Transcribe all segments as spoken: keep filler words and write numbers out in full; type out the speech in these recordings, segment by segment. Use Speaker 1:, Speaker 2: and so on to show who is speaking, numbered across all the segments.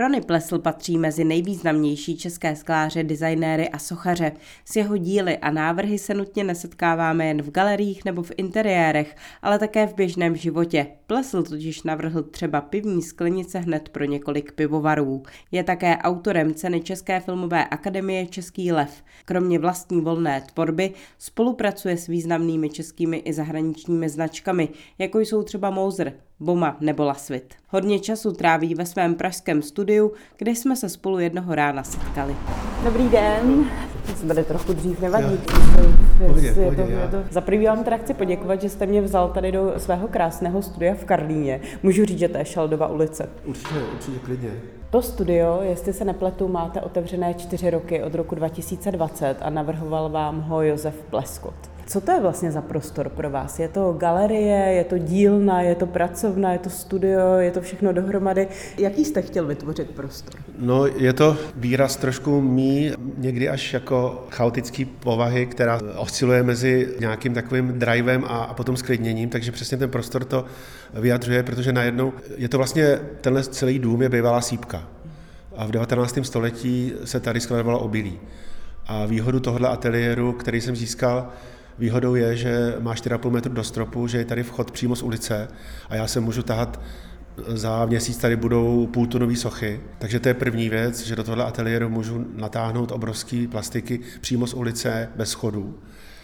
Speaker 1: Rony Plesl patří mezi nejvýznamnější české skláře, designéry a sochaře. S jeho díly a návrhy se nutně nesetkáváme jen v galeriích nebo v interiérech, ale také v běžném životě. Plesl totiž navrhl třeba pivní sklenice hned pro několik pivovarů. Je také autorem ceny České filmové akademie Český lev. Kromě vlastní volné tvorby spolupracuje s významnými českými i zahraničními značkami, jako jsou třeba Moser, Boma nebo Lasvit. Hodně času tráví ve svém pražském studiu, kde jsme se spolu jednoho rána setkali. Dobrý den. Jsem tady trochu dřív, nevadí.
Speaker 2: Pohodě, pohodě,
Speaker 1: Za prvý vám teda chci poděkovat, že jste mě vzal tady do svého krásného studia v Karlíně. Můžu říct, že to je Šeldova ulice.
Speaker 2: Určitě, určitě klidně.
Speaker 1: To studio, jestli se nepletu, máte otevřené čtyři roky od roku dva tisíce dvacet a navrhoval vám ho Josef Pleskot. Co to je vlastně za prostor pro vás? Je to galerie, je to dílna, je to pracovna, je to studio, je to všechno dohromady? Jaký jste chtěl vytvořit prostor?
Speaker 2: No, je to výraz trošku mý, někdy až jako chaotický povahy, která osciluje mezi nějakým takovým drivem a, a potom sklidněním, takže přesně ten prostor to vyjadřuje, protože najednou je to vlastně, tenhle celý dům je bývalá sýpka. A v devatenáctém století se tady skladovalo obilí. A výhodu tohohle ateliéru, který jsem získal, výhodou je, že má čtyři a půl metru do stropu, že je tady vchod přímo z ulice a já se můžu tahat, za měsíc tady budou půltunové sochy, takže to je první věc, že do tohle ateliéru můžu natáhnout obrovský plastiky přímo z ulice bez schodů.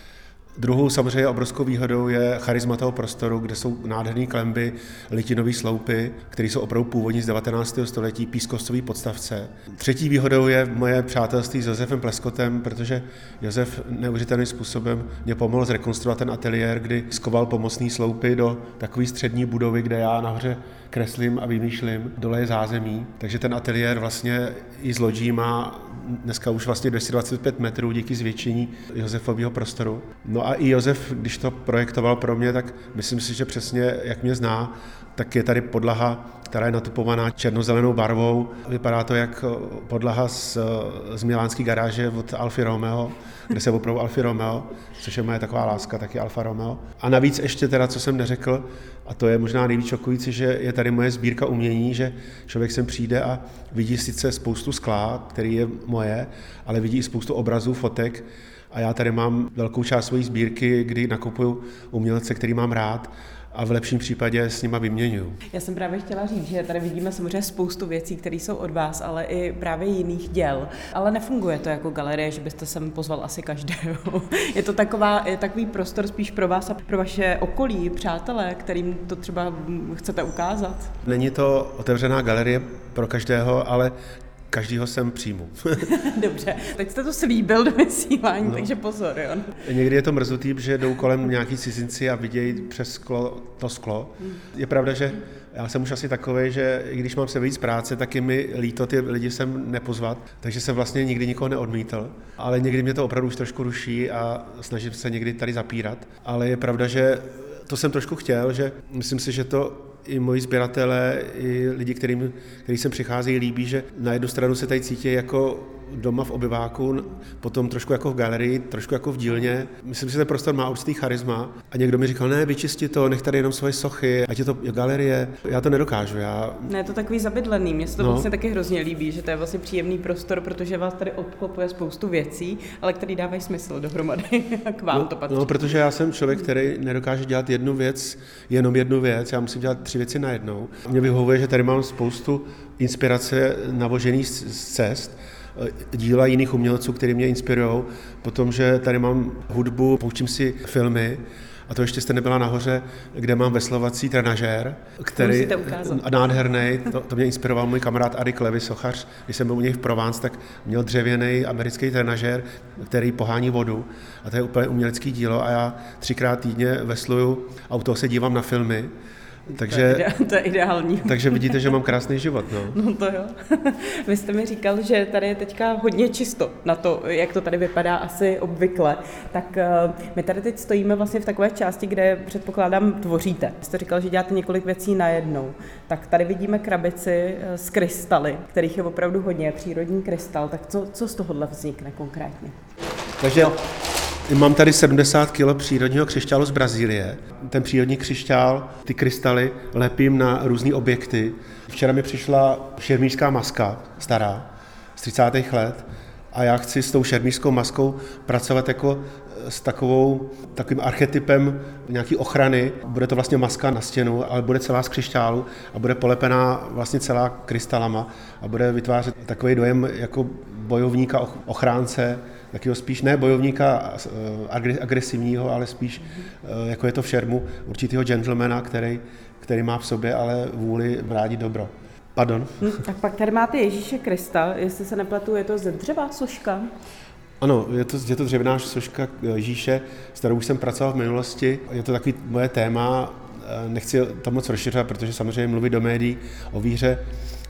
Speaker 2: Druhou samozřejmě obrovskou výhodou je charisma toho prostoru, kde jsou nádherné klenby, litinové sloupy, které jsou opravdu původní z devatenáctého století, pískostové podstavce. Třetí výhodou je moje přátelství s Josefem Pleskotem, protože Josef neuvěřitelným způsobem mě pomohl zrekonstruovat ten ateliér, kdy skoval pomocné sloupy do takové střední budovy, kde já nahoře kreslím a vymýšlím, dole je zázemí. Takže ten ateliér vlastně i z lodží má dneska už vlastně dvě stě dvacet pět metrů díky zvětšení Josefového prostoru. No a i Josef, když to projektoval pro mě, tak myslím si, že přesně jak mě zná, tak je tady podlaha, která je natupovaná černozelenou barvou. Vypadá to jak podlaha z, z milánské garáže od Alfy Romeo, kde se opravdu Alfy Romeo, což je moje taková láska, taky Alfa Romeo. A navíc ještě teda, co jsem neřekl, a to je možná nejvíc šokující, že je tady moje sbírka umění, že člověk sem přijde a vidí sice spoustu skla, který je moje, ale vidí i spoustu obrazů, fotek. A já tady mám velkou část své sbírky, kdy nakupuju umělce, který mám rád, a v lepším případě s nima vyměňuju.
Speaker 1: Já jsem právě chtěla říct, že tady vidíme samozřejmě spoustu věcí, které jsou od vás, ale i právě jiných děl. Ale nefunguje to jako galerie, že byste sem pozval asi každého. Je to taková, je takový prostor spíš pro vás a pro vaše okolí, přátelé, kterým to třeba chcete ukázat?
Speaker 2: Není to otevřená galerie pro každého, ale každýho sem přijmu.
Speaker 1: Dobře, teď jste to slíbil do vysílání,
Speaker 2: no.
Speaker 1: Takže pozor, jo.
Speaker 2: Někdy je to mrzutý, že jdou kolem nějaký cizinci a vidějí přes sklo, to sklo. Je pravda, že já jsem už asi takovej, že i když mám se víc práce, tak je mi líto ty lidi sem nepozvat, takže jsem vlastně nikdy nikoho neodmítl, ale někdy mě to opravdu už trošku ruší a snažím se někdy tady zapírat. Ale je pravda, že to jsem trošku chtěl, že myslím si, že to i moji sběratelé, i lidi, kterým, který sem přicházejí, líbí, že na jednu stranu se tady cítí jako doma v obyváku, potom trošku jako v galerii, trošku jako v dílně. Myslím si, že ten prostor má určitý charisma a někdo mi říkal, ne, vyčisti to, nech tady jenom svoje sochy, ať je to galerie. Já to nedokážu. Já...
Speaker 1: Ne, je to takový zabydlený, mně se to no. vlastně taky hrozně líbí, že to je vlastně příjemný prostor, protože vás tady obklopuje spoustu věcí, ale který dávají smysl dohromady. K vám
Speaker 2: no,
Speaker 1: to patří.
Speaker 2: No, protože já jsem člověk, který nedokáže dělat jednu věc, jenom jednu věc, já musím dělat tři věci najednou. Mě vyhovuje, že tady mám spoustu inspirace navožených z cest, díla jiných umělců, který mě inspirují, potom, že tady mám hudbu, poučím si filmy, a to ještě jste nebyla nahoře, kde mám veslovací trenažér, který nádherný, to, to mě inspiroval můj kamarád Arik Levy, sochař, když jsem byl u něj v Provence, tak měl dřevěný americký trenažér, který pohání vodu, a to je úplně umělecký dílo a já třikrát týdně vesluju a u toho se dívám na filmy. Takže,
Speaker 1: to, je ide- to je ideální.
Speaker 2: Takže vidíte, že mám krásný život. No,
Speaker 1: no to jo. Vy jste mi říkal, že tady je teďka hodně čisto na to, jak to tady vypadá asi obvykle. Tak uh, my tady teď stojíme vlastně v takové části, kde předpokládám tvoříte. Jste říkal, že děláte několik věcí najednou. Tak tady vidíme krabici z krystaly, kterých je opravdu hodně, přírodní krystal. Tak co, co z tohohle vznikne konkrétně?
Speaker 2: Takže Mám tady sedmdesát kilo přírodního křišťálu z Brazílie. Ten přírodní křišťál, ty krystaly lepím na různé objekty. Včera mi přišla šermířská maska, stará, z třicátých let. A já chci s tou šermířskou maskou pracovat jako s takovou, takovým archetypem nějaký ochrany. Bude to vlastně maska na stěnu, ale bude celá z křišťálu a bude polepená vlastně celá krystalama a bude vytvářet takový dojem jako bojovníka, ochránce, takového spíš ne bojovníka agresivního, ale spíš jako je to v šermu určitého gentlemana, který, který má v sobě ale vůli bránit dobro. Pardon.
Speaker 1: Hm, tak pak tady máte Ježíše Krista, jestli se nepletu, je to ze dřeva soška?
Speaker 2: Ano, je to, je to dřevěná soška Ježíše, s kterou už jsem pracoval v minulosti. Je to takový moje téma, nechci to moc rozšiřovat, protože samozřejmě mluvit do médií o víře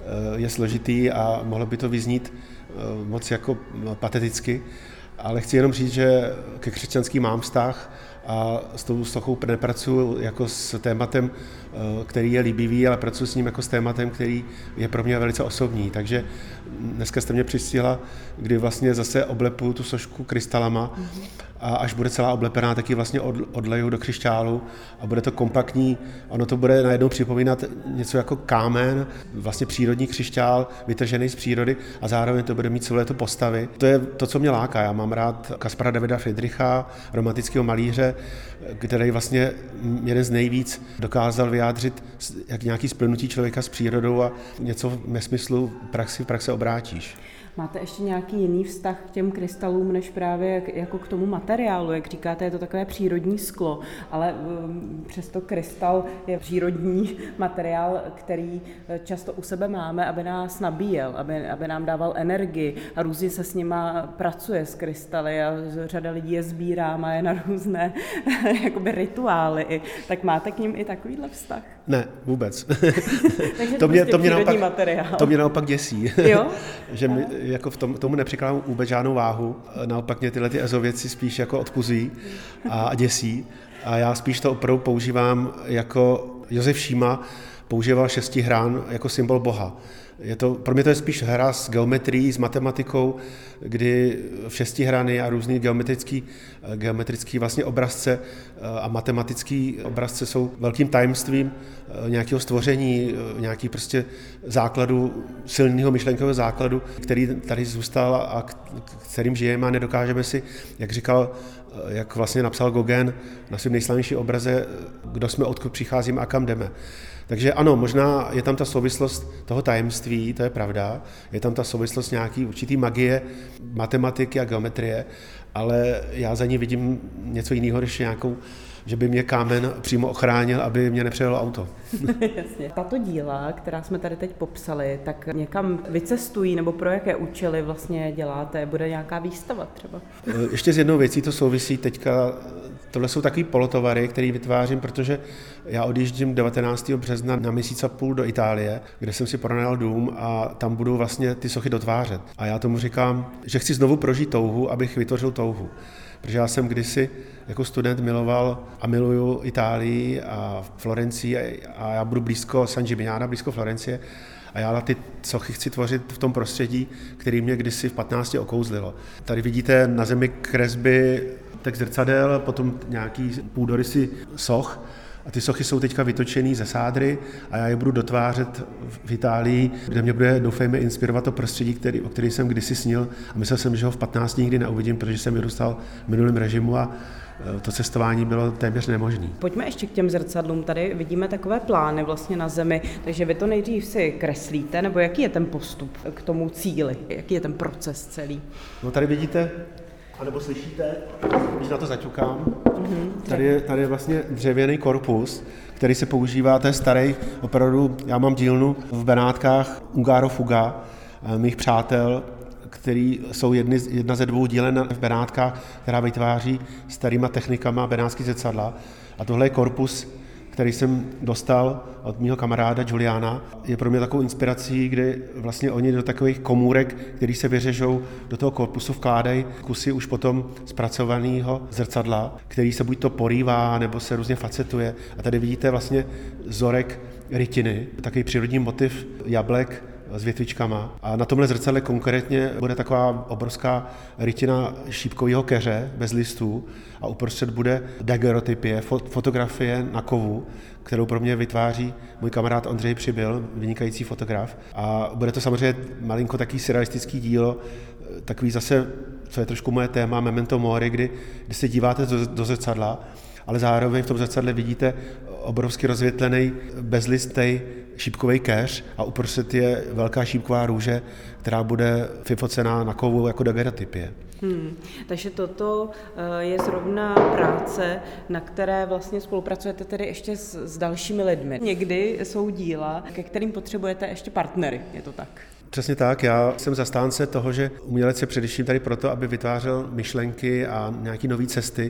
Speaker 2: je složitý a mohlo by to vyznít moc jako pateticky, ale chci jenom říct, že ke křesťanský mám vztah a s tou sochou nepracuji jako s tématem, který je líbivý, ale pracuji s ním jako s tématem, který je pro mě velice osobní. Takže dneska jste mě přistihla, kdy vlastně zase oblepuju tu sošku krystalama a až bude celá oblepená, tak ji vlastně odleju do křišťálu a bude to kompaktní. Ono to bude najednou připomínat něco jako kámen, vlastně přírodní křišťál, vytržený z přírody a zároveň to bude mít celé to postavy. To je to, co mě láká. Já mám rád Caspara Davida Friedricha, romantického malíře, který vlastně jeden z nejvíc dokázal vyjádřit jak nějaký splynutí člověka s přírodou a něco ve smyslu praxi v praxe obrátíš.
Speaker 1: Máte ještě nějaký jiný vztah k těm krystalům, než právě jako k tomu materiálu? Jak říkáte, je to takové přírodní sklo, ale um, přesto krystal je přírodní materiál, který často u sebe máme, aby nás nabíjel, aby, aby nám dával energii a různě se s nima pracuje s krystaly a řada lidí je sbírá, má je na různé jakoby rituály. Tak máte k ním i takovýhle vztah?
Speaker 2: Ne, vůbec.
Speaker 1: Takže to, mě, prostě to, mě naopak, materiál.
Speaker 2: to mě naopak děsí.
Speaker 1: Jo?
Speaker 2: Že my, jako v tom, tomu nepřikládám vůbec žádnou váhu. Naopak mě tyhle ty ezověci spíš jako odpuzují a děsí. A já spíš to opravdu používám jako Josef Šíma používal šestihrán jako symbol Boha. Je to, pro mě to je spíš hra s geometrií, s matematikou, kdy v šestihrany a různý geometrický, geometrický vlastně obrazce a matematický obrazce jsou velkým tajemstvím nějakého stvoření, nějaký prostě základu, silného myšlenkového základu, který tady zůstal a kterým žijeme a nedokážeme si, jak říkal, jak vlastně napsal Gauguin na svém nejslavnějším obraze, kdo jsme, odkud přicházíme a kam jdeme. Takže ano, možná je tam ta souvislost toho tajemství, to je pravda, je tam ta souvislost nějaký určitý magie, matematiky a geometrie, ale já za ní vidím něco jiného, než nějakou, že by mě kámen přímo ochránil, aby mě nepřejelo auto.
Speaker 1: Jasně. Tato díla, která jsme tady teď popsali, tak někam vycestují, nebo pro jaké účely vlastně děláte? Bude nějaká výstava třeba?
Speaker 2: Ještě s jednou věcí to souvisí teďka. Tohle jsou takový polotovary, který vytvářím, protože já odjíždím devatenáctého března na měsíc a půl do Itálie, kde jsem si pronajal dům a tam budu vlastně ty sochy dotvářet. A já tomu říkám, že chci znovu prožít touhu, abych vytvořil touhu. Protože já jsem kdysi jako student miloval a miluju Itálii a Florencii a já budu blízko San Gimignano, blízko Florencie a já ty sochy chci tvořit v tom prostředí, který mě kdysi v patnácti okouzlilo. Tady vidíte na zemi kresby text zrcadel, potom nějaký půdorysy soch a ty sochy jsou teďka vytočený ze sádry a já je budu dotvářet v Itálii, kde mě bude, doufejme, inspirovat to prostředí, který, o který jsem kdysi snil a myslel jsem, že ho v patnácti nikdy neuvidím, protože jsem vyrůstal v minulém režimu a to cestování bylo téměř nemožné.
Speaker 1: Pojďme ještě k těm zrcadlům. Tady vidíme takové plány vlastně na zemi, takže vy to nejdřív si kreslíte, nebo jaký je ten postup k tomu cíli? Jaký je ten proces celý?
Speaker 2: No tady vidíte, anebo slyšíte, když na to zaťukám, mm-hmm. tady, je, tady je vlastně dřevěný korpus, který se používá, to je starý, opravdu, já mám dílnu v Benátkách Ungaro Fuga, mých přátel, který jsou jedny, jedna ze dvou dílen v Benátkách, která vytváří starýma technikama benátský zrcadla. A tohle je korpus, který jsem dostal od mého kamaráda Juliana. Je pro mě takovou inspirací, kdy vlastně oni do takových komůrek, který se vyřežou, do toho korpusu vkládají kusy už potom zpracovaného zrcadla, který se buď to porývá, nebo se různě facetuje. A tady vidíte vlastně vzorek rytiny, takový přírodní motiv jablek s větvičkama. A na tomhle zrcadle konkrétně bude taková obrovská rytina šípkového keře bez listů a uprostřed bude daguerreotypie, fotografie na kovu, kterou pro mě vytváří můj kamarád Ondřej Přibyl, vynikající fotograf. A bude to samozřejmě malinko taký surrealistický dílo, takový zase, co je trošku moje téma, memento mori, kdy, kdy se díváte do, do zrcadla, ale zároveň v tom zrcadle vidíte obrovsky rozvětlený, bezlistý šípkový keř a uprostřed je velká šípková růže, která bude vyfocená na kovu jako daguerreotypie.
Speaker 1: Hmm. Takže toto je zrovna práce, na které vlastně spolupracujete tedy ještě s, s dalšími lidmi. Někdy jsou díla, ke kterým potřebujete ještě partnery, je to tak?
Speaker 2: Přesně tak, já jsem zastánce toho, že umělec je především tady proto, aby vytvářel myšlenky a nějaké nové cesty.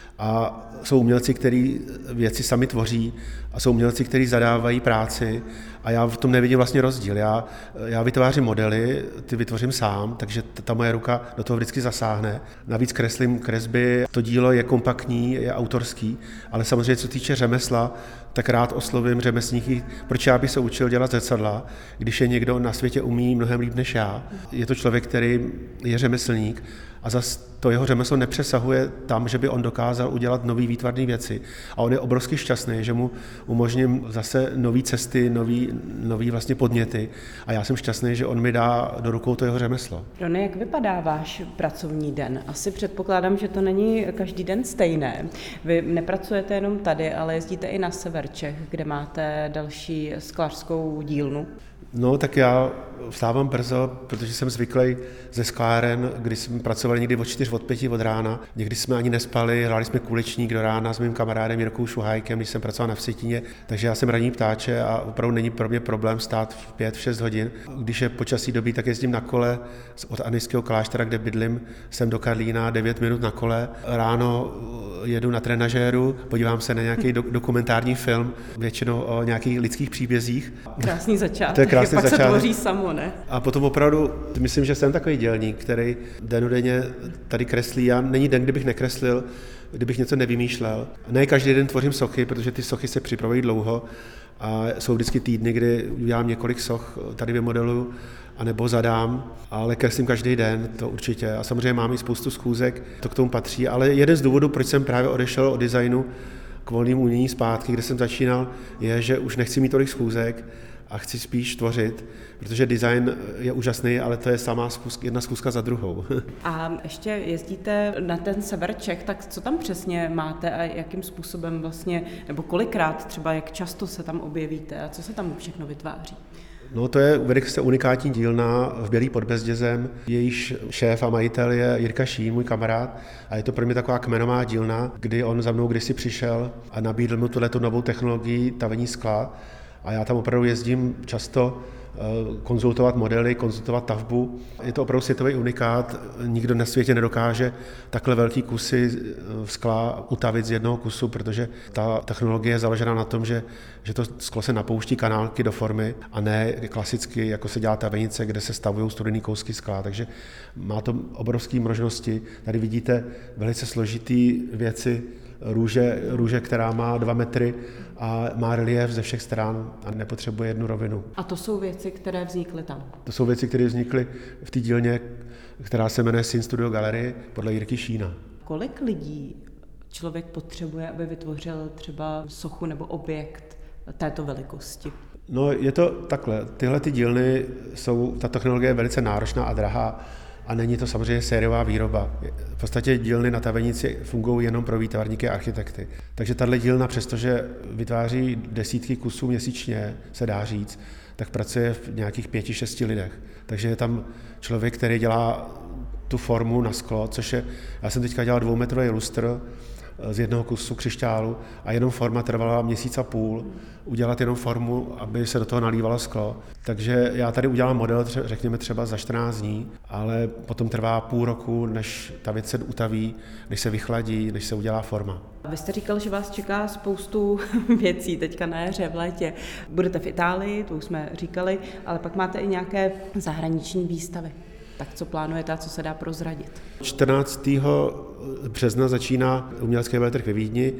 Speaker 2: A jsou umělci, kteří věci sami tvoří a jsou umělci, kteří zadávají práci a já v tom nevidím vlastně rozdíl. Já, já vytvářím modely, ty vytvořím sám, takže ta moje ruka do toho vždycky zasáhne. Navíc kreslím kresby, to dílo je kompaktní, je autorský, ale samozřejmě co týče řemesla, tak rád oslovím řemeslníky, proč já bych se učil dělat zrcadla, když je někdo na světě umí mnohem líp než já. Je to člověk, který je řemeslník a zas to jeho řemeslo nepřesahuje tam, že by on dokázal udělat nový výtvarné věci. A on je obrovsky šťastný, že mu umožním zase nové cesty, nový, nový vlastně podněty. A já jsem šťastný, že on mi dá do rukou to jeho řemeslo.
Speaker 1: Rony, jak vypadá váš pracovní den? Asi předpokládám, že to není každý den stejné. Vy nepracujete jenom tady, ale jezdíte i na sever Čech, kde máte další sklářskou dílnu.
Speaker 2: No, tak já vstávám brzo, protože jsem zvyklý ze skláren, kdy jsme pracovali někdy od čtyř, od pěti od rána. Někdy jsme ani nespali, hráli jsme kulečník do rána s mým kamarádem Jirkou Šuhájkem, když jsem pracoval na Vsetíně. Takže já jsem ranní ptáče a opravdu není pro mě problém stát v pět, v šest hodin. Když je počasí dobrý, tak jezdím na kole od Anišského kláštera, kde bydlím, jsem do Karlína, devět minut na kole. Ráno jedu na trenažéru, podívám se na nějaký do, dokumentární film, většinou o nějakých lidských příbězích.
Speaker 1: Krásný začátek.
Speaker 2: To je krásný
Speaker 1: pak
Speaker 2: začátek.
Speaker 1: Se tvoří samo, ne?
Speaker 2: A potom opravdu, myslím, že jsem takový dělník, který denodenně tady kreslí. Já není den, kdybych nekreslil, kdybych něco nevymýšlel. Ne každý den tvořím sochy, protože ty sochy se připravují dlouho a jsou vždycky týdny, kdy udělám několik soch, tady vymodeluju, anebo zadám, ale kreslím každý den, to určitě. A samozřejmě mám i spoustu schůzek, to k tomu patří, ale jeden z důvodů, proč jsem právě odešel od designu k volnému umění zpátky, kde jsem začínal, je, že už nechci mít tolik schůzek a chci spíš tvořit, protože design je úžasný, ale to je sama zkuska, jedna zkuska za druhou.
Speaker 1: A ještě jezdíte na ten sever Čech, tak co tam přesně máte a jakým způsobem vlastně, nebo kolikrát třeba, jak často se tam objevíte a co se tam všechno vytváří?
Speaker 2: No, to je velice unikátní dílna v Bělý pod Bezdězem. Jejíž šéf a majitel je Jirka Šín, můj kamarád, a je to pro mě taková kmenová dílna, kdy on za mnou kdysi přišel a nabídl mi tuhletu novou technologii tavení skla. A já tam opravdu jezdím často konzultovat modely, konzultovat tavbu. Je to opravdu světový unikát. Nikdo na světě nedokáže takhle velký kusy skla utavit z jednoho kusu, protože ta technologie je založena na tom, že, že to sklo se napouští kanálky do formy a ne klasicky, jako se dělá tavenice, kde se stavují studený kousky skla. Takže má to obrovské možnosti. Tady vidíte velice složitý věci, Růže, růže, která má dva metry a má relief ze všech stran a nepotřebuje jednu rovinu.
Speaker 1: A to jsou věci, které vznikly tam?
Speaker 2: To jsou věci, které vznikly v té dílně, která se jmenuje Sin Studio Gallery podle Jirky Šína.
Speaker 1: Kolik lidí člověk potřebuje, aby vytvořil třeba sochu nebo objekt této velikosti?
Speaker 2: No, je to takhle. Tyhle ty dílny jsou, ta technologie je velice náročná a drahá. A není to samozřejmě sériová výroba. V podstatě dílny na tavenici fungují jenom pro výtvarníky a architekty. Takže tahle dílna, přestože vytváří desítky kusů měsíčně, se dá říct, tak pracuje v nějakých pěti, šesti lidech. Takže je tam člověk, který dělá tu formu na sklo, což je, já jsem teďka dělal dvoumetrový lustr z jednoho kusu křišťálu a jenom forma trvala měsíc a půl. Udělat jenom formu, aby se do toho nalívalo sklo. Takže já tady udělám model, řekněme třeba za čtrnáct dní, ale potom trvá půl roku, než ta věc se utaví, než se vychladí, než se udělá forma.
Speaker 1: Vy jste říkal, že vás čeká spoustu věcí teďka na jaře, v létě. Budete v Itálii, to už jsme říkali, ale pak máte i nějaké zahraniční výstavy. Tak co plánujete a co se dá prozradit?
Speaker 2: čtrnáctého března začíná umělecký veletrh ve Vídni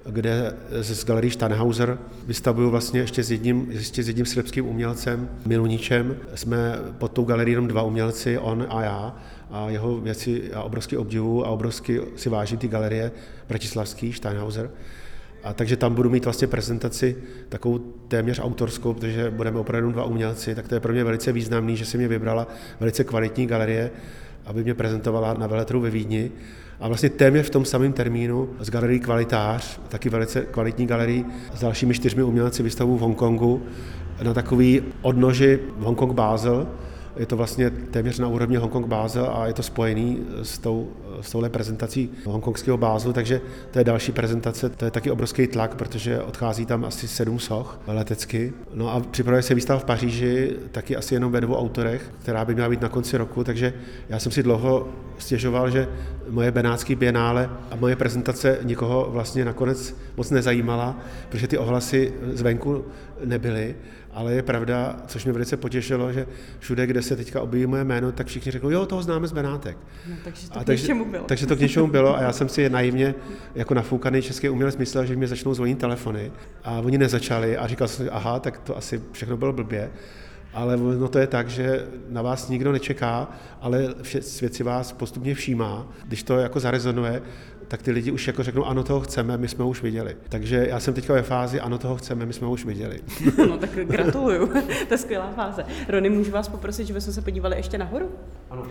Speaker 2: kde z galerii Steinhauser vystavuju vlastně ještě s jedním, ještě s jedním srbským umělcem, Miluničem. Jsme pod tou galerií jenom dva umělci, on a já. A jeho věci já obrovsky obdivuju a obrovsky si vážím ty galerie bratislavský, Steinhauser. A takže tam budu mít vlastně prezentaci takovou téměř autorskou, protože budeme opravdu dva umělci, tak to je pro mě velice významný, že si mě vybrala velice kvalitní galerie, aby mě prezentovala na veletrhu ve Vídni. A vlastně téměř v tom samém termínu z galerii Kvalitář, taky velice kvalitní galerii, s dalšími čtyřmi umělci vystavu v Hongkongu na takový odnoži Hongkong Basel. Je to vlastně téměř na úrovni Hongkong Basel a je to spojený s, tou, s touhle prezentací hongkongského Baselu, takže to je další prezentace, to je taky obrovský tlak, protože odchází tam asi sedm soch letecky. No a připravuje se výstava v Paříži, taky asi jenom ve dvou autorech, která by měla být na konci roku, takže já jsem si dlouho stěžoval, že moje benátský bienále a moje prezentace nikoho vlastně nakonec moc nezajímala, protože ty ohlasy zvenku nebyly. Ale je pravda, což mě velice potěšilo, že všude, kde se teďka objeví moje jméno, tak všichni řeknou, jo, toho známe z Benátek.
Speaker 1: No, takže to
Speaker 2: a
Speaker 1: k
Speaker 2: takže,
Speaker 1: něčemu bylo.
Speaker 2: Takže to k něčemu bylo a já jsem si naivně jako nafoukaný český umělec myslel, že mě začnou zvonit telefony a oni nezačali a říkal jsem si, aha, tak to asi všechno bylo blbě. Ale no to je tak, že na vás nikdo nečeká, ale svět si vás postupně všímá. Když to jako zarezonuje, tak ty lidi už jako řeknou, ano, toho chceme, my jsme ho už viděli. Takže já jsem teďka ve fázi, ano, toho chceme, my jsme ho už viděli.
Speaker 1: No tak gratuluju, to je skvělá fáze. Rony, můžu vás poprosit, že bychom se podívali ještě nahoru?
Speaker 2: Ano.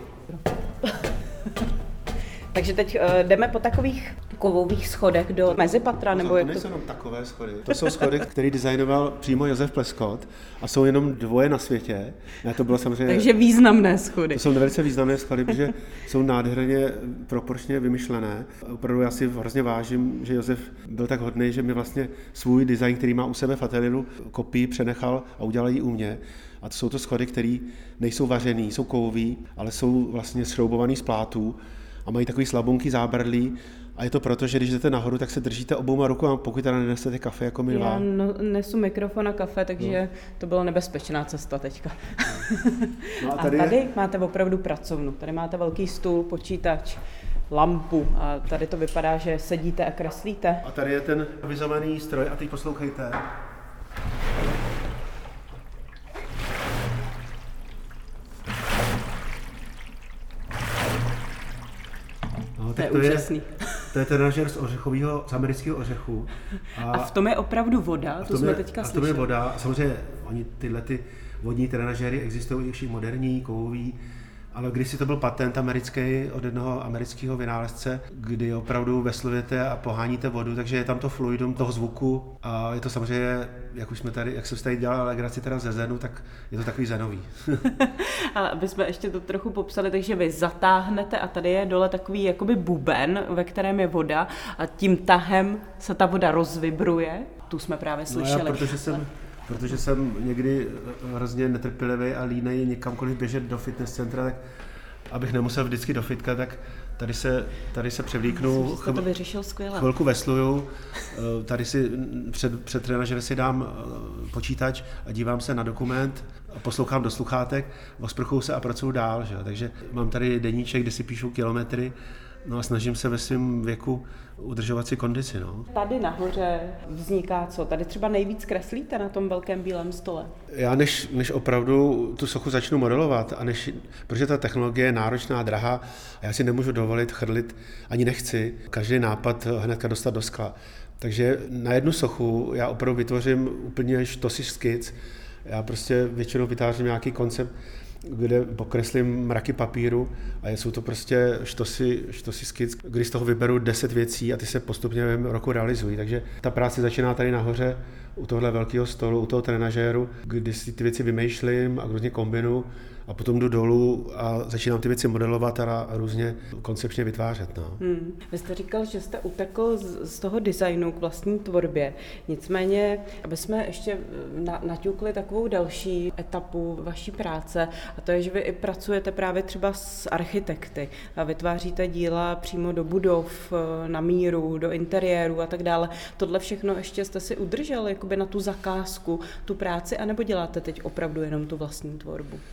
Speaker 1: Takže teď uh, jdeme po takových kovových schodech do mezipatra, nebo
Speaker 2: to
Speaker 1: jak to...
Speaker 2: nejsou jenom takové schody. To jsou schody, které designoval přímo Josef Pleskot a jsou jenom dvoje na světě. Ne, to bylo samozřejmě...
Speaker 1: Takže významné schody.
Speaker 2: To jsou velice významné schody, protože jsou nádherně proporčně vymyšlené. Opravdu já si hrozně vážím, že Josef byl tak hodný, že mi vlastně svůj design, který má u sebe v ateliéru, kopii přenechal a udělal ji u mě. A to jsou to schody, které nejsou vařený, jsou kovový, ale jsou vlastně šroubovaný z plátů a mají takový slabonký zábradlí. A je to proto, že když jdete nahoru, tak se držíte obouma rukama, pokud teda nenesete kafe jako my dva.
Speaker 1: Já no, nesu mikrofon a kafe, takže no. To byla nebezpečná cesta teďka. No a tady, a tady je... máte opravdu pracovnu. Tady máte velký stůl, počítač, lampu a tady to vypadá, že sedíte a kreslíte.
Speaker 2: A tady je ten avizovaný stroj a teď poslouchejte. No,
Speaker 1: to je
Speaker 2: to
Speaker 1: úžasný.
Speaker 2: Je, to je trenažér z ořechového, z amerického ořechu.
Speaker 1: A, a v tom je opravdu voda, to jsme
Speaker 2: je,
Speaker 1: teďka
Speaker 2: a
Speaker 1: slyšeli.
Speaker 2: A v tom je voda. Samozřejmě oni tyhle ty vodní trenažéry existují i všichni moderní, kovový, ale když si to byl patent americký od jednoho amerického vynálezce, kdy opravdu veslujete a poháníte vodu, takže je tam to fluidum toho zvuku a je to samozřejmě, jak už jsme tady, jak jsem tady dělal legraci teda ze Zenu, tak je to takový zenový.
Speaker 1: A aby jsme ještě to trochu popsali, takže vy zatáhnete a tady je dole takový jakoby buben, ve kterém je voda a tím tahem se ta voda rozvibruje. Tu jsme právě slyšeli.
Speaker 2: No já, protože jsem Protože jsem někdy hrozně netrpělivý a línej někamkoliv běžet do fitness centra, tak abych nemusel vždycky do fitka, tak tady se, tady se převlíknu,
Speaker 1: chv- to vyřešil skvěle.
Speaker 2: Chvilku vesluju, tady si před, před trenažer si dám počítač a dívám se na dokument, poslouchám do sluchátek, osprchuju se a pracuju dál. Že? Takže mám tady deníček, kde si píšu kilometry, no a snažím se ve svém věku udržovat si kondici. No.
Speaker 1: Tady nahoře vzniká co? Tady třeba nejvíc kreslíte na tom velkém bílém stole?
Speaker 2: Já než, než opravdu tu sochu začnu modelovat, a než, protože ta technologie je náročná, drahá a já si nemůžu dovolit chrlit, ani nechci, každý nápad hnedka dostat do skla. Takže na jednu sochu já opravdu vytvořím úplně štosy skic, já prostě většinou vytvářím nějaký koncept, kde pokreslím mraky papíru a jsou to prostě štosy, štosy skic, kdy z toho vyberu deset věcí a ty se postupně během roku realizují. Takže ta práce začíná tady nahoře u tohle velkého stolu, u toho trenažéru, kdy si ty věci vymýšlím a různě kombinu a potom jdu dolů a začínám ty věci modelovat a různě koncepčně vytvářet. No.
Speaker 1: Hmm. Vy jste říkal, že jste utekl z, z toho designu k vlastní tvorbě. Nicméně, aby jsme ještě na, naťukli takovou další etapu vaší práce, a to je, že vy i pracujete právě třeba s architekty a vytváříte díla přímo do budov, na míru, do interiéru a tak dále. Tohle všechno ještě jste si udržel jakoby na tu zakázku, tu práci, anebo děláte teď opravdu jenom tu vlastní tvorbu?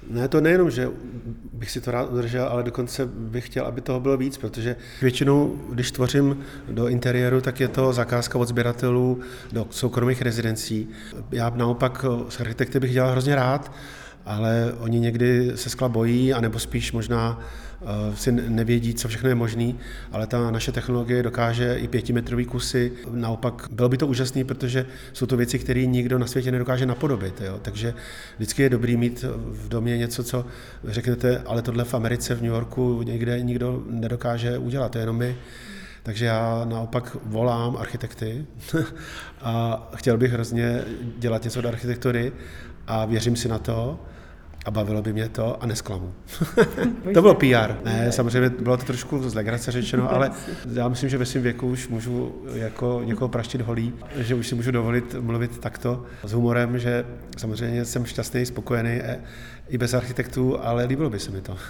Speaker 2: Ne, to nejenom, že bych si to rád udržel, ale dokonce bych chtěl, aby toho bylo víc, protože většinou, když tvořím do interiéru, tak je to zakázka od sběratelů do soukromých rezidencí. Já naopak s architekty bych dělal hrozně rád, ale oni někdy se skla bojí, anebo spíš možná uh, si nevědí, co všechno je možný, ale ta naše technologie dokáže i pětimetrový kusy. Naopak bylo by to úžasné, protože jsou to věci, které nikdo na světě nedokáže napodobit. Jo? Takže vždycky je dobrý mít v domě něco, co řeknete, ale tohle v Americe, v New Yorku někde nikdo nedokáže udělat, to je jenom my. Takže já naopak volám architekty a chtěl bych hrozně dělat něco do architektury a věřím si na to a bavilo by mě to a nesklamu. To bylo P R. Ne, samozřejmě bylo to trošku z legrace řečeno, ale já myslím, že ve svém věku už můžu jako někoho praštit holí, že už si můžu dovolit mluvit takto s humorem, že samozřejmě jsem šťastný, spokojený i bez architektů, ale líbilo by se mi to.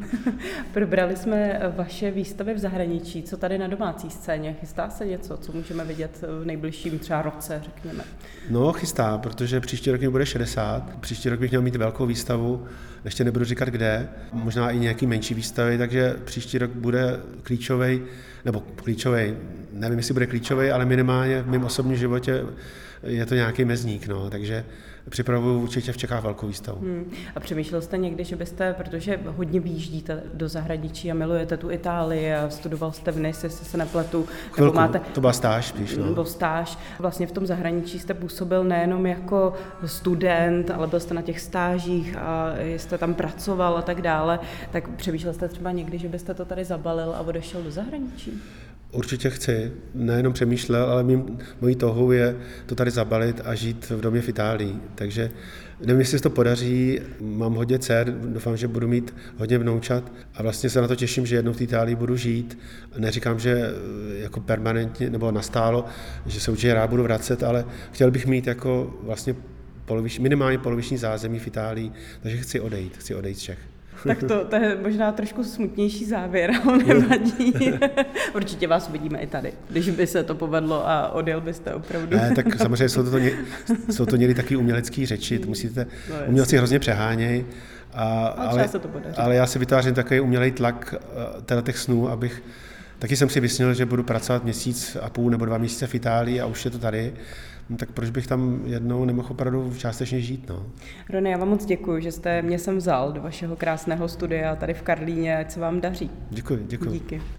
Speaker 1: Probrali jsme vaše výstavy v zahraničí. Co tady na domácí scéně? Chystá se něco, co můžeme vidět v nejbližším třeba roce, řekněme?
Speaker 2: No, chystá, protože příští rok mi bude šedesát. Příští rok bych měl mít velkou výstavu, ještě nebudu říkat kde, možná i nějaký menší výstavy, takže příští rok bude klíčový, nebo klíčový, nevím, jestli bude klíčový, ale minimálně v mém osobním životě je to nějaký mezník, no, takže připravuju určitě v Čechách velkou výstavu. Hmm.
Speaker 1: A přemýšlel jste někdy, že byste, protože hodně vyjíždíte do zahraničí a milujete tu Itálii a studoval jste v Nice, jestli se nepletu.
Speaker 2: Chvilku, máte, to byla stáž spíš. No.
Speaker 1: Nebo stáž. Vlastně v tom zahraničí jste působil nejenom jako student, ale byl jste na těch stážích a jste tam pracoval a tak dále. Tak přemýšlel jste třeba někdy, že byste to tady zabalil a odešel do zahraničí?
Speaker 2: Určitě chci, nejenom přemýšlel, ale mým, mojí touhou je to tady zabalit a žít v domě v Itálii. Takže nevím, jestli se to podaří, mám hodně dcer, doufám, že budu mít hodně vnoučat a vlastně se na to těším, že jednou v Itálii budu žít. Neříkám, že jako permanentně nebo nastálo, že se určitě rád budu vracet, ale chtěl bych mít jako vlastně polovič, minimálně poloviční zázemí v Itálii, takže chci odejít, chci odejít z Čech.
Speaker 1: Tak to, to je možná trošku smutnější závěr, ale nevadí. Určitě vás uvidíme i tady, když by se to povedlo a odjel byste opravdu.
Speaker 2: Ne, tak samozřejmě jsou to, jsou to někdy taky umělecký řeči, to musíte, no umělci hrozně přehánějí, a, ale,
Speaker 1: se to
Speaker 2: ale já si vytvářím takový umělej tlak těch snů, abych, taky jsem si vysnil, že budu pracovat měsíc a půl nebo dva měsíce v Itálii a už je to tady. No, tak proč bych tam jednou nemohl opravdu částečně žít, no.
Speaker 1: Rony, já vám moc děkuji, že jste mě sem vzal do vašeho krásného studia tady v Karlíně, ať se vám daří.
Speaker 2: Děkuji, děkuji.
Speaker 1: Díky.